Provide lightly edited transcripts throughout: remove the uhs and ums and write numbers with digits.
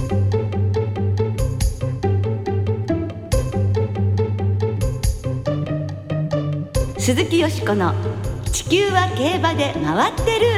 鈴木よしこの地球は競馬で回ってる。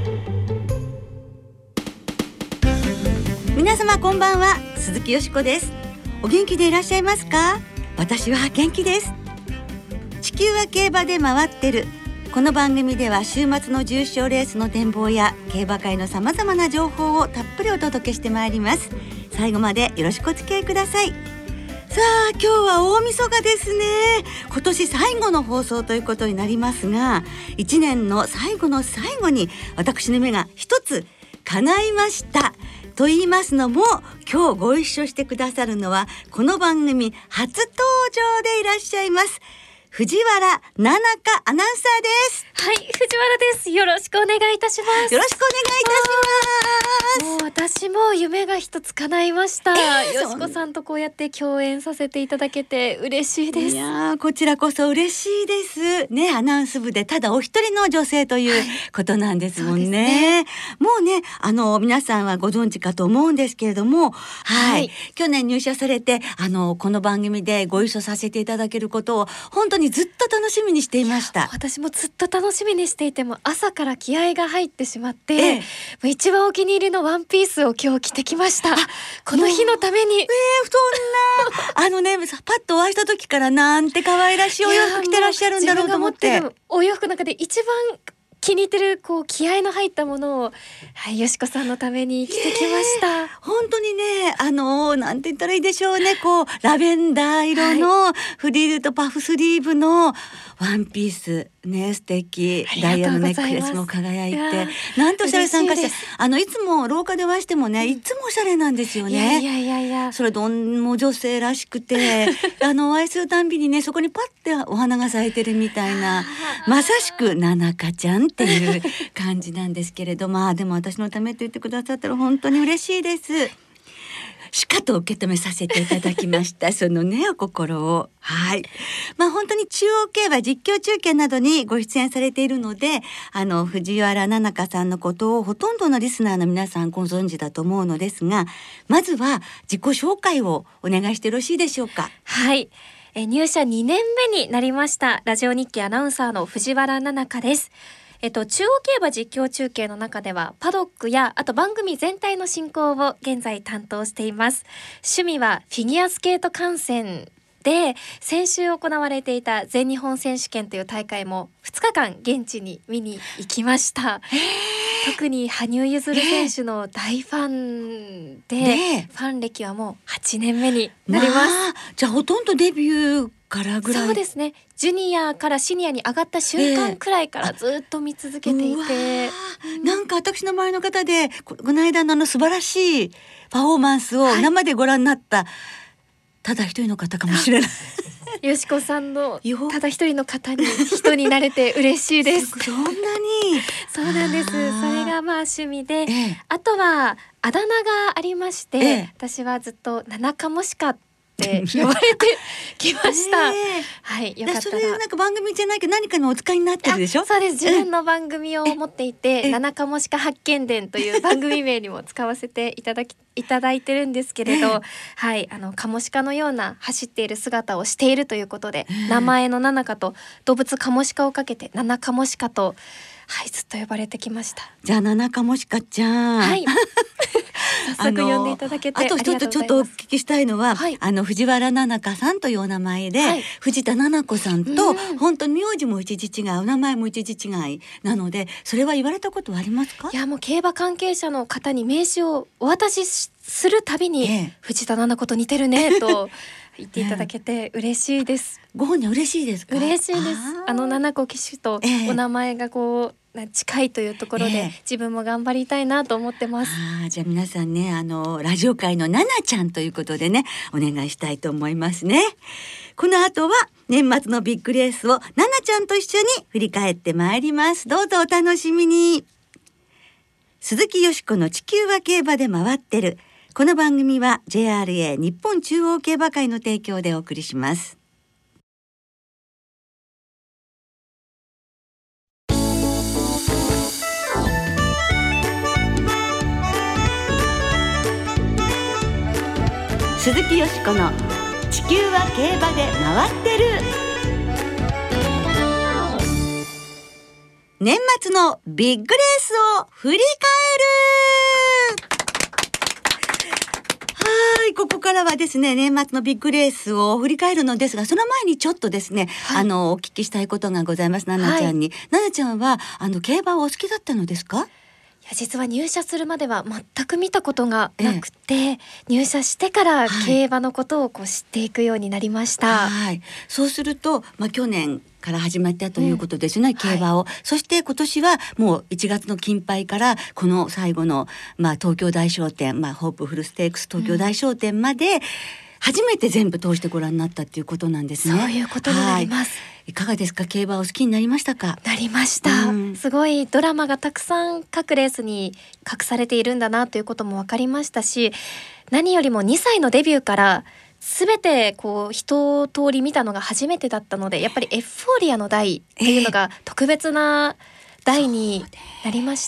皆様こんばんは、鈴木よしこです。お元気でいらっしゃいますか？私は元気です。地球は競馬で回ってる。この番組では週末の重賞レースの展望や競馬界のさまざまな情報をたっぷりお届けしてまいります。最後までよろしくお付き合いください。さあ、今日は大晦日ですね。今年最後の放送ということになりますが、1年の最後の最後に私の夢が一つ叶いましたと言いますのも、今日ご一緒してくださるのはこの番組初登場でいらっしゃいます藤原菜々香アナウンサーです。 はい、藤原です。よろしくお願いいたします。 よろしくお願いいたします。 もう私も夢が一つ叶いました。よしこさんとこうやって共演させていただけて嬉しいです。 いや、こちらこそ嬉しいですね。アナウンス部でただお一人の女性ということなんですもんね。もうね、皆さんはご存知かと思うんですけれども、はい、去年入社されてこの番組でご一緒させていただけることを本当にずっと楽しみにしていました。 私もずっと楽しみにしていて、も朝から気合が入ってしまって、もう一番お気に入りのワンピースを今日着てきました。この日のために。 そんなパッとお会いした時からなんて可愛らしいお洋服着てらっしゃるんだろうと思って、 自分が持ってるお洋服の中で一番気に入ってる気合の入ったものを、はい、よしこさんのために着てきました。 本当にね、なんて言ったらいいでしょうね、ラベンダー色のフリルとパフスリーブのワンピースね、素敵。ダイヤのネックレスも輝いて、なんとおしゃれさんかしら。いつも廊下でお会いしてもね、いつもおしゃれなんですよね。 いやそれどんも女性らしくてお会いするたんびにね、そこにパッてお花が咲いてるみたいなまさしくななかちゃんっていう感じなんですけれど、でも私のためと言ってくださったら本当に嬉しいです。しかと受け止めさせていただきましたそのね、お心を。はい、本当に中央競馬実況中継などにご出演されているので、藤原菜々香さんのことをほとんどのリスナーの皆さんご存知だと思うのですが、まずは自己紹介をお願いしてよろしいでしょうか。 はい、入社2年目になりましたラジオ日記アナウンサーの藤原菜々香です。中央競馬実況中継の中ではパドックやあと番組全体の進行を現在担当しています。趣味はフィギュアスケート観戦で、先週行われていた全日本選手権という大会も2日間現地に見に行きました。特に羽生結弦選手の大ファンで、ファン歴はもう8年目になります。 じゃあほとんどデビューからぐらい。 そうですね、ジュニアからシニアに上がった瞬間くらいからずっと見続けていて、 なんか私の周りの方でこの間の素晴らしいパフォーマンスを生でご覧になった、ただ一人の方かもしれないよしこさんのただ一人の方に人になれて嬉しいですそんなに。 そうなんです。それが趣味で、あとはあだ名がありまして、私はずっと七かもしかって呼ばれてきました。はい、よかったら。 それなんか番組じゃないけど何かのお使いになってるでしょ。 そうです。自分の番組を持っていて、七かもしか発見伝という番組名にも使わせていただいてるんですけれど、はい、カモシカのような走っている姿をしているということで、名前のナナカと動物カモシカをかけて七かもしかと、はい、ずっと呼ばれてきました。 じゃあ七かもしかちゃん、 はい早速呼んでいただけてありがとうございます。 あとちょっとお聞きしたいのは、藤原菜々香さんというお名前で、藤田菜々子さんと本当に名字も一字違い、お名前も一字違いなので、それは言われたことはありますか？ いや、もう競馬関係者の方に名刺をお渡しするたびに、藤田菜々子と似てるねと言っていただけて嬉しいです。 ご本人嬉しいですか？ 嬉しいです。七子騎手とお名前が近いというところで、自分も頑張りたいなと思ってます。 じゃあ皆さんね、ラジオ界のナナちゃんということでね、お願いしたいと思いますね。この後は年末のビッグレースをナナちゃんと一緒に振り返ってまいります。どうぞお楽しみに。鈴木よしこの地球は競馬で回ってる。この番組は JRA 日本中央競馬会の提供でお送りします。 鈴木よしこの地球は競馬で回ってる。年末のビッグレースを振り返る。はい、ここからはですね、年末のビッグレースを振り返るのですが、その前にちょっとですね、お聞きしたいことがございます。ななちゃんに、ななちゃんは競馬をお好きだったのですか？ いや、実は入社するまでは全く見たことがなくて、入社してから競馬のことを知っていくようになりました。 はい、そうすると、去年から始まったということですね、競馬を、そして今年はもう1月の金杯からこの最後の、東京大賞典、ホープフルステークス東京大賞典まで、初めて全部通してご覧になったっていうことなんですね。 そういうことになります。 いかがですか？競馬を好きになりましたか？ なりました、すごいドラマがたくさん各レースに隠されているんだなということも分かりましたし、何よりも2歳のデビューから全て一通り見たのが初めてだったので、やっぱりエフフォーリアの代っていうのが特別な代になりまして、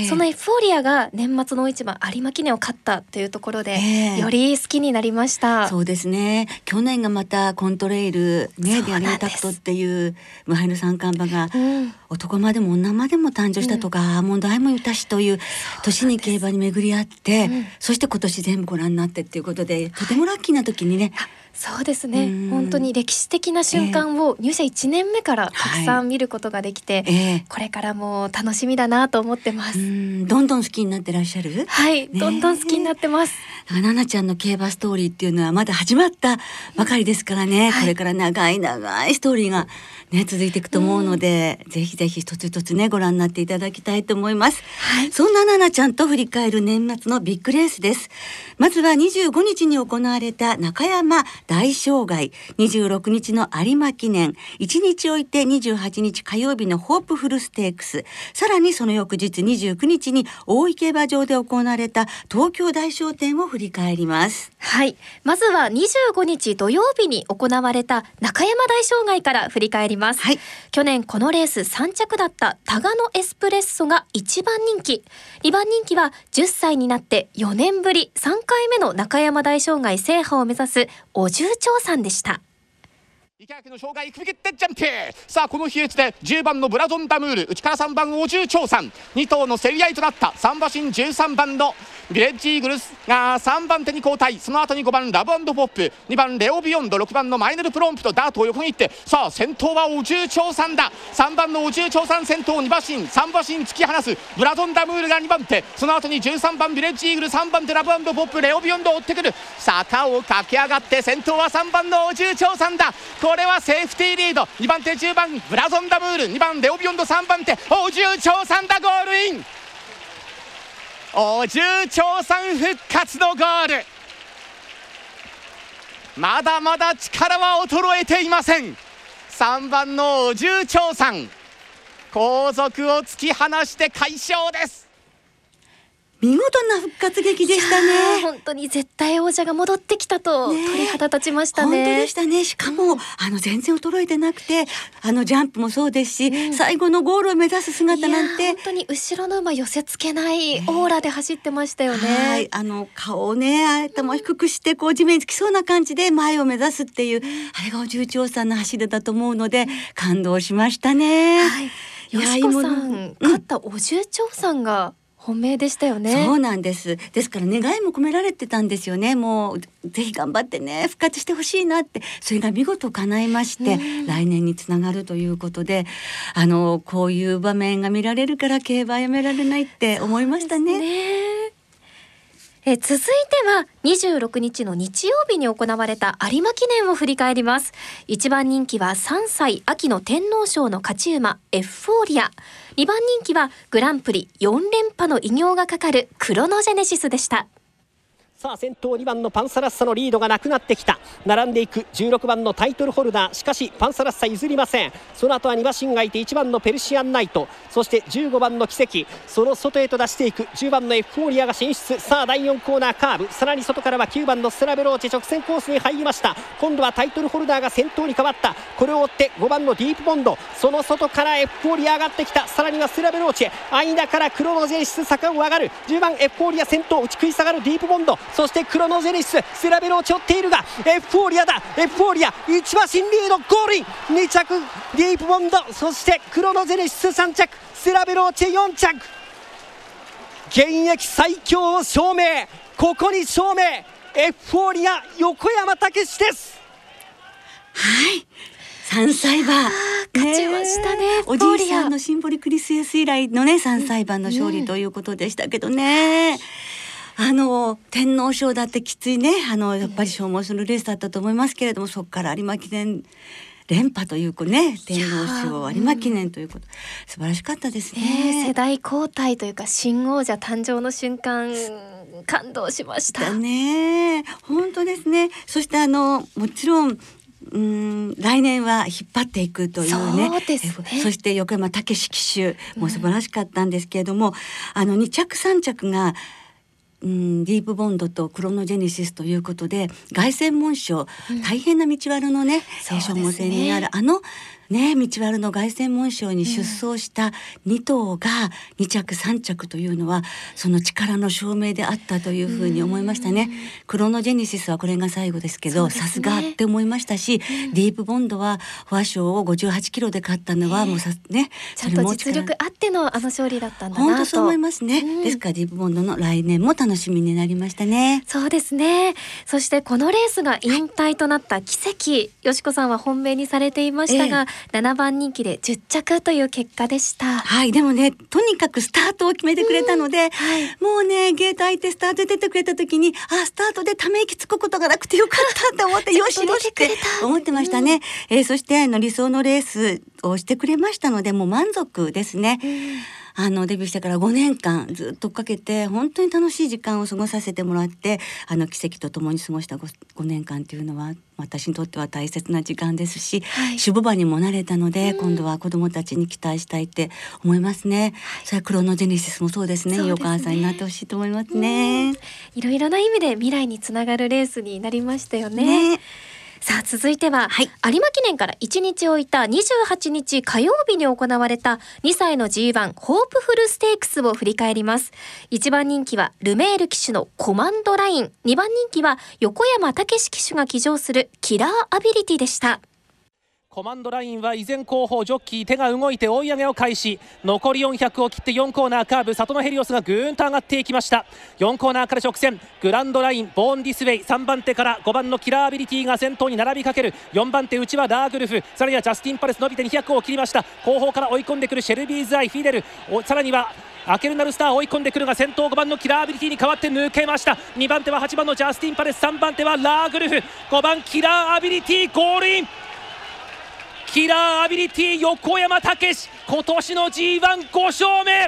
そのエフフォーリアが年末の大一番有馬記念を勝ったというところで、より好きになりました。 そうですね、去年がまたコントレイルね、デアリータクトっていう無敗の三冠馬が、男までも女までも誕生したとか、アーモンドアイもいたしという年に競馬に巡り合って、そして今年全部ご覧になってっていうことで、とてもラッキーな時にね。 そうですね、本当に歴史的な瞬間を入社1年目からたくさん見ることができて、これからも楽しみだなと思ってます。 どんどん好きになってらっしゃる？ はい、どんどん好きになってます。 ななちゃんの競馬ストーリーっていうのはまだ始まったばかりですからね、これから長い長いストーリーがね続いていくと思うので、ぜひぜひ一つ一つねご覧になっていただきたいと思います。そんなななちゃんと振り返る年末のビッグレースです。まずは25日に行われた中山大障害、26日の有馬記念、1日置いて28日火曜日のホープフルステークス、さらにその翌日29日に大井競馬場で行われた東京大賞典を振り返ります。 はい、まずは25日土曜日に行われた中山大障害から振り返ります。去年このレース3着だったタガノエスプレッソが1番人気、2番人気は10歳になって4年ぶり3回目の中山大障害制覇を目指すお重長さんでした。 池脇の障害首切ってジャンプ。さあこの比率で10番のブラゾンダムール、内から3番オジュウチョウさん、2頭の競り合いとなった3馬身13番のビレッジイーグルスが3番手に交代、その後に5番ラブ&ポップ、2番レオビヨンド、6番のマイネルプロンプとダートを横切って、さあ先頭はオジュウチョウさんだ。3番のオジュウチョウさん先頭、2馬身3馬身突き放すブラゾンダムールが2番手、その後に13番ビレッジイーグル、3番手ラブ&ポップ、レオビヨンドを追ってくる。坂を駆け上がって先頭は3番のオジュウチョウさんだ。これはセーフティーリード、2番手10番ブラゾンダムール、2番レオビヨンド、3番手オジュウチョウさんだ。ゴールイン。オジュウチョウさん復活のゴール。まだまだ力は衰えていません。3番のオジュウチョウさん、後続を突き放して快勝です。 見事な復活劇でしたね。 本当に絶対王者が戻ってきたと鳥肌立ちましたね。 本当でしたね。しかも、全然衰えてなくて、ジャンプもそうですし、最後のゴールを目指す姿なんて、 本当に後ろの馬寄せつけないオーラで走ってましたよね。 はい、顔をね頭を低くして地面につきそうな感じで前を目指すっていう、あれがお重長さんの走りだと思うので感動しましたね。 よしこさん、勝ったお重長さんが本命でしたよね。 そうなんです。ですから願いも込められてたんですよね。もうぜひ頑張ってね復活してほしいなって、それが見事叶いまして、来年につながるということで、こういう場面が見られるから競馬やめられないって思いましたね。 続いては26日の日曜日に行われた有馬記念を振り返ります。1番人気は3歳秋の天皇賞の勝ち馬エフフォーリア、2番人気はグランプリ4連覇の偉業がかかるクロノジェネシスでした。 さあ先頭2番のパンサラッサのリードがなくなってきた。並んでいく16番のタイトルホルダー、しかしパンサラッサ譲りません。その後は2馬身がいて1番のペルシアンナイト、そして15番の奇跡、その外へと出していく10番のエフフォーリアが進出。さあ第4コーナーカーブ、さらに外からは9番のステラベローチェ直線コースに入りました。今度はタイトルホルダーが先頭に変わった。これを追って5番のディープボンド、その外からエフフォーリア上がってきた。さらにはステラベローチェ、間からクロノジェネシス坂を上がる10番エフフォーリア先頭、打ち食い下がるディープボンド、 そしてクロノジェネシスセラベローチ追っているがエフフォーリアだ。エフフォーリア1馬身リードゴールイン。2着ディープボンド、そしてクロノジェネシス3着、セラベローチ4着。現役最強を証明、ここに証明、エフフォーリア横山武史です。 はい、3歳馬勝ちましたね。 おじいさんのシンボリクリスエス以来のね3歳馬の勝利ということでしたけどね、天皇賞だってきついね、やっぱり消耗するレースだったと思いますけれども、そこから有馬記念連覇というね、天皇賞有馬記念ということ、素晴らしかったですね。 世代交代というか新王者誕生の瞬間、感動しました。 だね、本当ですね。そしてもちろん来年は引っ張っていくというね。 そうですね。 そして横山武史騎手も素晴らしかったんですけれども、2着3着がディープボンドとクロノジェネシスということで、凱旋門賞、大変な道悪のね、消耗戦にあるね、道悪の凱旋門賞に出走した2頭が2着3着というのはその力の証明であったというふうに思いましたね。クロノジェネシスはこれが最後ですけど、さすがって思いましたし、ディープボンドはフォア賞を58キロで勝ったのはもうね、 ちゃんと実力あっての勝利だったんだなと。 本当そう思いますね、ですからディープボンドの来年も楽しみになりましたね。 そうですね。そしてこのレースが引退となった奇跡、よしこさんは本命にされていましたが、7番人気で10着という結果でした。 はい、でもね、とにかくスタートを決めてくれたので、もうね、ゲート開いてスタートで出てくれた時に、スタートでため息つくことがなくてよかったと思ってよしよしって思ってましたね。そして理想のレースをしてくれましたので、もう満足ですね。デビューしてから5年間ずっと追っかけて本当に楽しい時間を過ごさせてもらって、奇跡とともに過ごした 5年間っていうのは私にとっては大切な時間ですし、種牡馬にもなれたので、今度は子どもたちに期待したいって思いますね。それはクロノジェネシスもそうですね。いいお母さんになってほしいと思いますね。 いろいろな意味で未来につながるレースになりましたよね。さあ続いては、有馬記念から1日置いた28日火曜日に行われた2歳の G1 ホープフルステークスを振り返ります。1番人気はルメール騎手のコマンドライン、2番人気は横山武史騎手が騎乗するキラーアビリティでした。 コマンドラインは依然後方ジョッキー手が動いて追い上げを開始、残り400を切って4コーナーカーブ、里のヘリオスがぐーんと上がっていきました。4コーナーから直線、グランドラインボーンディスウェイ、3番手から5番のキラーアビリティが先頭に並びかける。4番手内はダーグルフ、さらにはジャスティンパレス伸びて200を切りました。後方から追い込んでくるシェルビーズアイ、フィデル、さらにはアケルナルスター追い込んでくるが、先頭5番のキラーアビリティに代わって抜けました。2番手は8番のジャスティンパレス、3番手はラーグルフ、5番キラーアビリティゴールイン。キラーアビリティ横山武史、今年の G15 勝目。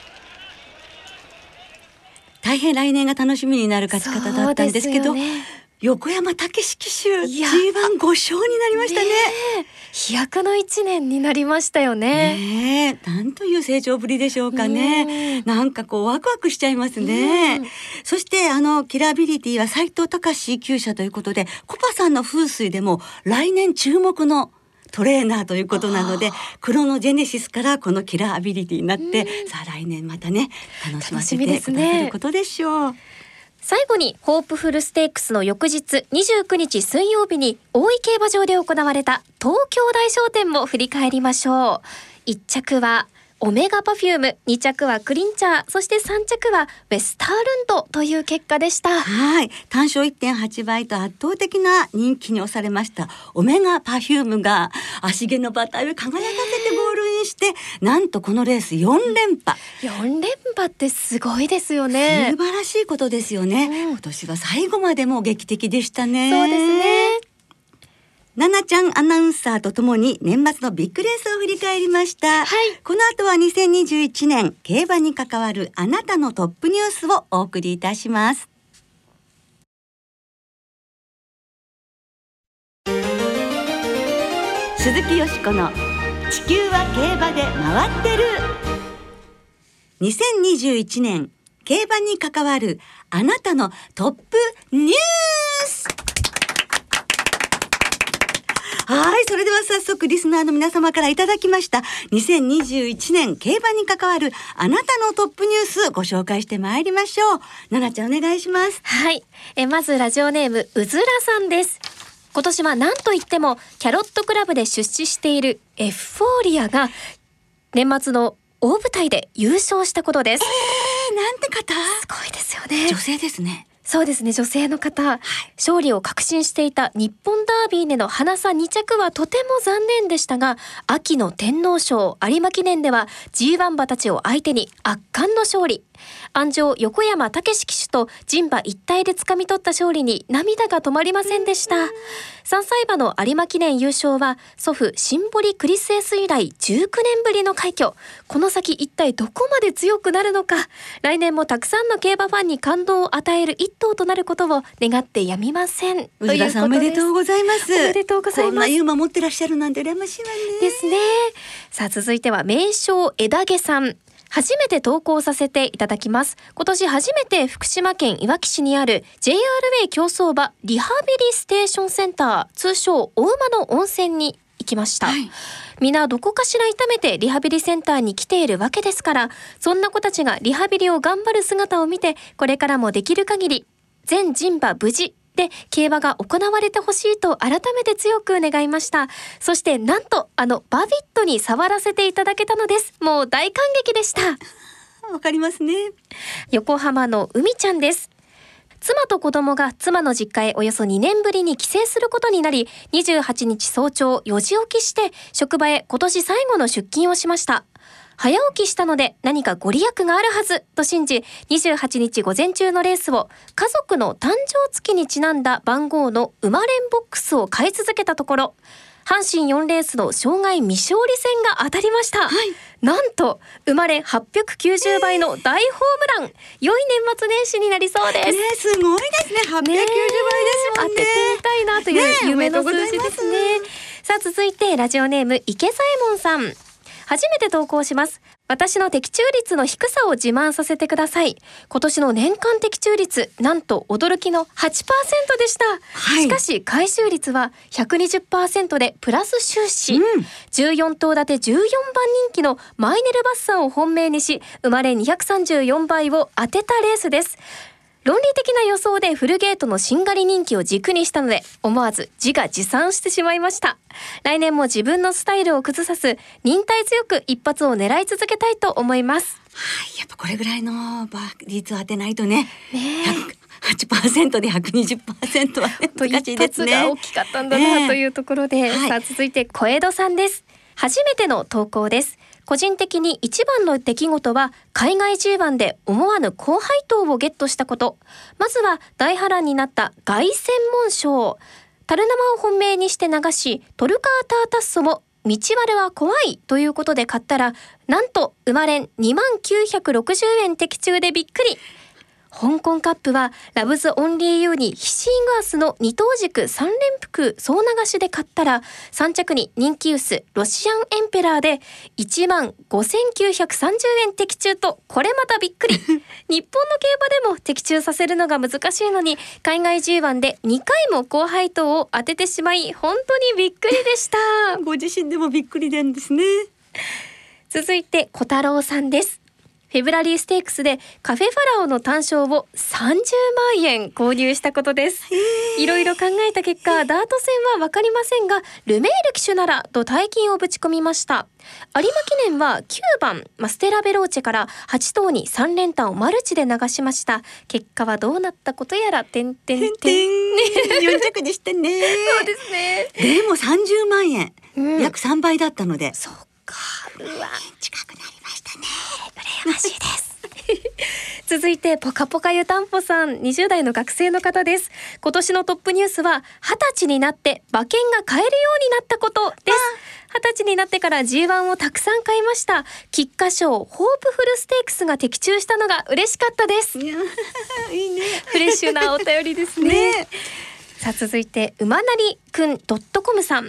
大変来年が楽しみになる勝ち方だったんですけど、横山武史騎手 G15 勝になりましたね。 飛躍の1年になりましたよね。 なんという成長ぶりでしょうかね。なんかこうワクワクしちゃいますね。そしてキラーアビリティは斉藤隆厩舎ということで、コパさんの風水でも来年注目のトレーナーということなので、クロノジェネシスからこのキラーアビリティになって、さあ来年またね楽しませてくださることでしょう。 最後にホープフルステークスの翌日29日水曜日に大井競馬場で行われた東京大賞典も振り返りましょう。1着はオメガパフューム、2着はクリンチャー、そして3着はウェスタールンドという結果でした。 単勝 1.8 倍と圧倒的な人気に押されましたオメガパフュームが足毛の馬体を輝かせてゴールインして、なんとこのレース4連覇。 4連覇ってすごいですよね。 素晴らしいことですよね。今年は最後までも劇的でしたね。 そうですね。 ななちゃんアナウンサーとともに年末のビッグレースを振り返りました。この後は2021年競馬に関わるあなたのトップニュースをお送りいたします。鈴木よしこの地球は競馬で回ってる。2021年競馬に関わるあなたのトップニュース。 はい、それでは早速リスナーの皆様からいただきました2021年競馬に関わるあなたのトップニュースご紹介してまいりましょう。奈々ちゃんお願いします。 はい、まずラジオネームうずらさんです。今年は何といってもキャロットクラブで出資しているエフフォーリアが年末の大舞台で優勝したことです。 なんて方。 すごいですよね。 女性ですね。 そうですね、女性の方、勝利を確信していた日本ダービーでの花差2着はとても残念でしたが、秋の天皇賞有馬記念では G1 馬たちを相手に圧巻の勝利。安城横山武史騎手と人馬一体で掴み取った勝利に涙が止まりませんでした。3歳馬の有馬記念優勝は祖父シンボリクリスエス以来19年ぶりの快挙。この先一体どこまで強くなるのか、来年もたくさんの競馬ファンに感動を与える一頭となることを願ってやみません。 宇田さんおめでとうございます。 おめでとうございます。 こんな馬持ってらっしゃるなんて羨ましいわね。 ですね。さあ続いては名将枝毛さん、初めて投稿させていただきます。今年初めて福島県いわき市にある JRA 競走馬リハビリステーションセンター、通称お馬の温泉に行きました。皆どこかしら痛めてリハビリセンターに来ているわけですから、そんな子たちがリハビリを頑張る姿を見て、これからもできる限り全人馬無事で競馬が行われてほしいと改めて強く願いました。そしてなんとバビットに触らせていただけたのです。もう大感激でした。 わかりますね。 横浜の海ちゃんです。妻と子供が妻の実家へおよそ2年ぶりに帰省することになり、28日早朝4時起きして職場へ今年最後の出勤をしました。早起きしたので何かご利益があるはずと信じ、28日午前中のレースを家族の誕生月にちなんだ番号の馬連ボックスを買い続けたところ、阪神4レースの生涯未勝利戦が当たりました。なんと生まれ890倍の大ホームラン、良い年末年始になりそうです。 すごいですね。890倍ですもんね。 当ててみたいなという夢の数字ですね。さあ続いてラジオネーム池左衛門さん、初めて投稿します。私の的中率の低さを自慢させてください。今年の年間的中率、なんと驚きの 8% でした。しかし回収率は 120% でプラス収支。14頭立て14番人気のマイネルバッサンを本命にし、生まれ234倍を当てたレースです。論理的な予想でフルゲートのしんがり人気を軸にしたので、思わず自画自賛してしまいました。来年も自分のスタイルを崩さず、忍耐強く一発を狙い続けたいと思います。 はい、やっぱこれぐらいの馬率を当てないとね、8% で 120% は難しいですね。 一発が大きかったんだなというところで、さあ続いて小江戸さんです。初めての投稿です。個人的に一番の出来事は海外 G1 で思わぬ高配当をゲットしたこと。まずは大波乱になった凱旋門賞。樽生を本命にして流し、トルカータータッソも道割れは怖いということで買ったら、なんと生まれん2960円的中でびっくり。香港カップはラブズオンリーユーにヒシーグアスの2頭軸3連複総流しで買ったら、3着に人気薄ロシアンエンペラーで15,930円的中と、これまたびっくり。日本の競馬でも的中させるのが難しいのに、海外 G1 で2回も高配当を当ててしまい、本当にびっくりでした。 ご自身でもびっくりなんですね。 続いて小太郎さんです。フェブラリーステークスでカフェファラオの単勝を30万円購入したことです。いろいろ考えた結果、ダート戦は分かりませんが、ルメール騎手ならと大金をぶち込みました。有馬記念は9番マステラベローチェから8頭に3連単をマルチで流しました。結果はどうなったことやら4 着でしたね。 そうですね。 でも30万円、約3倍だったので、 そうか、うわ近くなりましたね。 羨ましいです続いてポカポカ湯たんぽさん、20代の学生の方です。今年のトップニュースは20歳になって馬券が買えるようになったことです。20歳になってから G1 をたくさん買いました。菊花賞ホープフルステークスが的中したのが嬉しかったです。 いやいいね、 フレッシュなお便りですね。さあ続いて馬なりくん .com さん、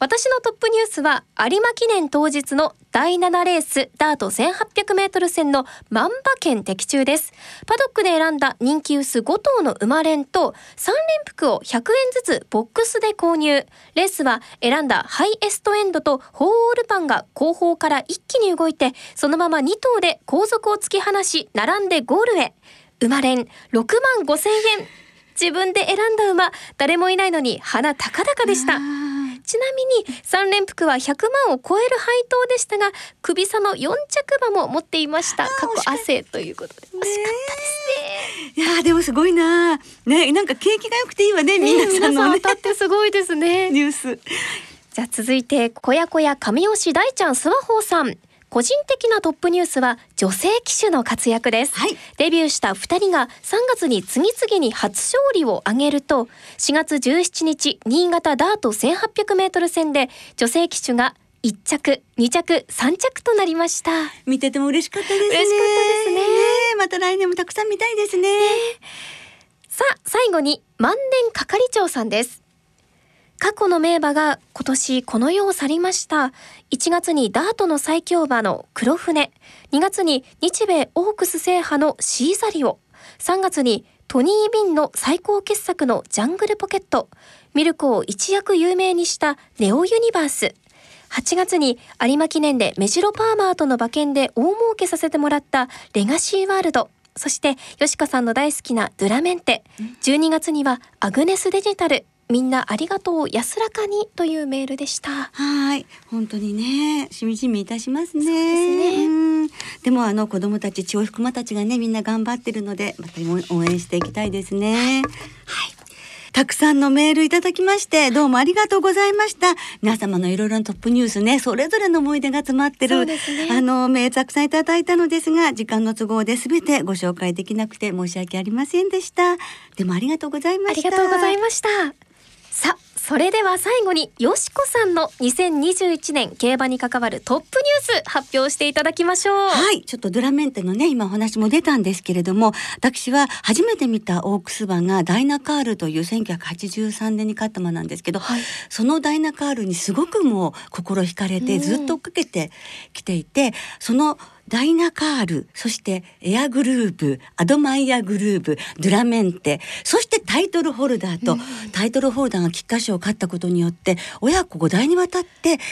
私のトップニュースは有馬記念当日の第7レースダート 1800m 戦の万馬券的中です。パドックで選んだ人気薄5頭の馬連と3連服を100円ずつボックスで購入。レースは選んだハイエストエンドとホーオールパンが後方から一気に動いて、そのまま2頭で後続を突き放し並んでゴールへ。馬連65,000円。自分で選んだ馬、誰もいないのに鼻高々でした。ちなみに3連服は100万を超える配当でしたが、首差の4着馬も持っていました。過去汗ということで惜しかったですね。 いやでもすごいな、ね、なんか景気が良くていいわね、皆さんのね、 皆さん当たってすごいですねニュース。 じゃあ続いてこやこや神吉大ちゃん諏訪宝さん。個人的なトップニュースは女性騎手の活躍です、はい、デビューした2人が3月に次々に初勝利を挙げると、4月17日新潟ダート 1800m 戦で女性騎手が1着2着3着となりました。 見てても嬉しかったですね。 嬉しかったですね。 また来年もたくさん見たいですね。 さあ最後に万年係長さんです。過去の名馬が今年この世を去りました。1月にダートの最強馬の黒船、2月に日米オークス制覇のシーザリオ、3月にトニー・ビンの最高傑作のジャングルポケット、ミルコを一躍有名にしたネオユニバース、8月に有馬記念でメジロパーマーとの馬券で大儲けさせてもらったレガシーワールド、そして吉川さんの大好きなドゥラメンテ、12月にはアグネスデジタル、みんなありがとう安らかにというメールでした。 はい、本当にね、しみじみいたしますね。 そうですね。 でも子供たち、血を引く馬たちがね、みんな頑張ってるので、また応援していきたいですね。はい。たくさんのメールいただきましてどうもありがとうございました。皆様のいろいろなトップニュースね、それぞれの思い出が詰まってる、メールたくさんいただいたのですが、時間の都合で全てご紹介できなくて申し訳ありませんでした。でもありがとうございました。 ありがとうございました。さあそれでは最後によしこさんの2021年競馬に関わるトップニュース発表していただきましょう。 はい、ちょっとドゥラメンテのね、今お話も出たんですけれども、私は初めて見たオークス馬がダイナカールという1983年に勝った馬なんですけど、はい、そのダイナカールにすごくもう心惹かれてずっと追っかけてきていて、そのダイナカール、そしてエアグループ、アドマイヤグループ、ドゥラメンテ、そしてタイトルホルダーと、タイトルホルダーが菊花賞を勝ったことによって親子5代にわたって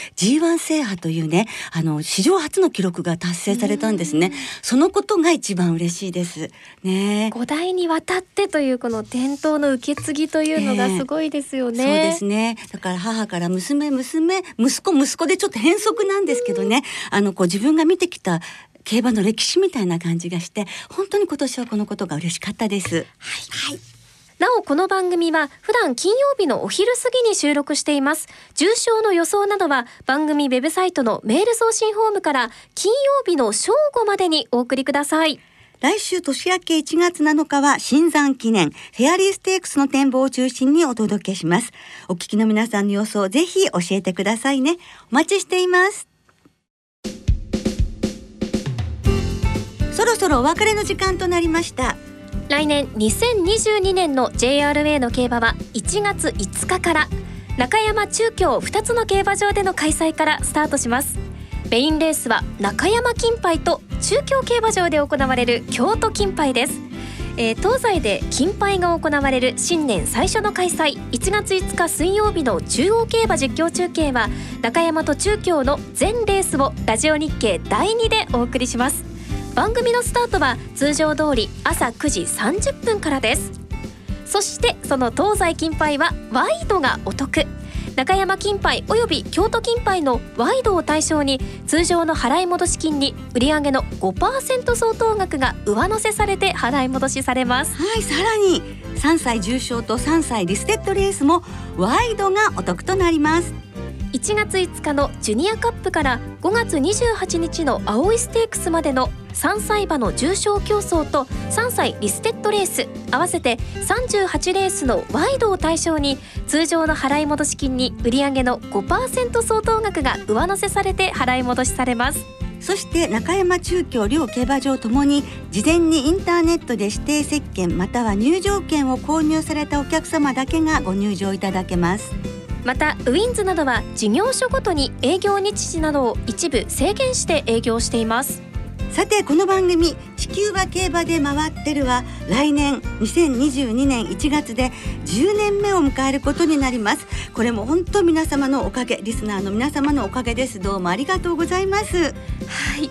G1 制覇というね、史上初の記録が達成されたんですね。そのことが一番嬉しいですね。 5代にわたってというこの伝統の受け継ぎというのがすごいですよね。 そうですね。だから母から娘、息子でちょっと変則なんですけどね、自分が見てきた競馬の歴史みたいな感じがして、本当に今年はこのことが嬉しかったです。はい、はい。 なおこの番組は普段金曜日のお昼過ぎに収録しています。重賞の予想などは番組ウェブサイトのメール送信フォームから金曜日の正午までにお送りください。 来週年明け1月7日は新山記念フェアリーステークスの展望を中心にお届けします。お聞きの皆さんの予想をぜひ教えてくださいね。お待ちしています。そろそろお別れの時間となりました。 来年2022年の JRA の競馬は1月5日から中山中京2つの競馬場での開催からスタートします。メインレースは中山金杯と中京競馬場で行われる京都金杯です。東西で金杯が行われる新年最初の開催1月5日水曜日の中央競馬実況中継は中山と中京の全レースをラジオ日経第2でお送りします。番組のスタートは通常通り朝9時30分からです。そしてその東西金杯はワイドがお得。中山金杯および京都金杯のワイドを対象に通常の払い戻し金に売上の 5% 相当額が上乗せされて払い戻しされます。 はい、さらに3歳重賞と3歳リステッドレースもワイドがお得となります。 1月5日のジュニアカップから5月28日の青いステークスまでの3歳馬の重賞競争と3歳リステッドレース合わせて38レースのワイドを対象に通常の払い戻し金に売上の 5% 相当額が上乗せされて払い戻しされます。 そして中山中京両競馬場ともに事前にインターネットで指定席券または入場券を購入されたお客様だけがご入場いただけます。 またウィンズなどは事業所ごとに営業日時などを一部制限して営業しています。 さてこの番組地球は競馬で回ってるは来年2022年1月で10年目を迎えることになります。これも本当皆様のおかげ、リスナーの皆様のおかげです。どうもありがとうございます。 はい、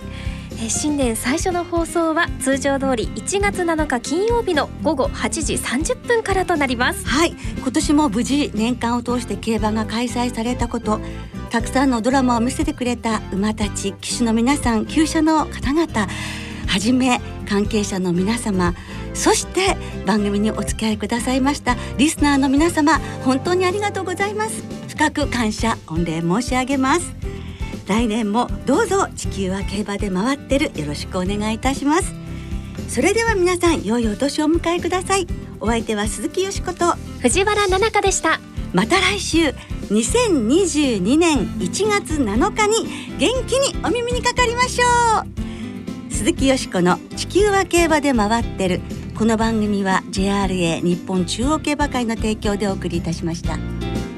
新年最初の放送は通常通り1月7日金曜日の午後8時30分からとなります。 はい、今年も無事年間を通して競馬が開催されたこと、たくさんのドラマを見せてくれた馬たち、騎手の皆さん、厩舎の方々はじめ関係者の皆様、そして番組にお付き合いくださいましたリスナーの皆様、本当にありがとうございます。深く感謝御礼申し上げます。来年もどうぞ地球は競馬で回ってる、よろしくお願いいたします。それでは皆さん、良いお年をお迎えください。お相手は鈴木よしこと藤原奈々香でした。 また来週2022年1月7日に元気にお耳にかかりましょう。鈴木よしこの地球は競馬で回ってる。この番組は JRA 日本中央競馬会の提供でお送りいたしました。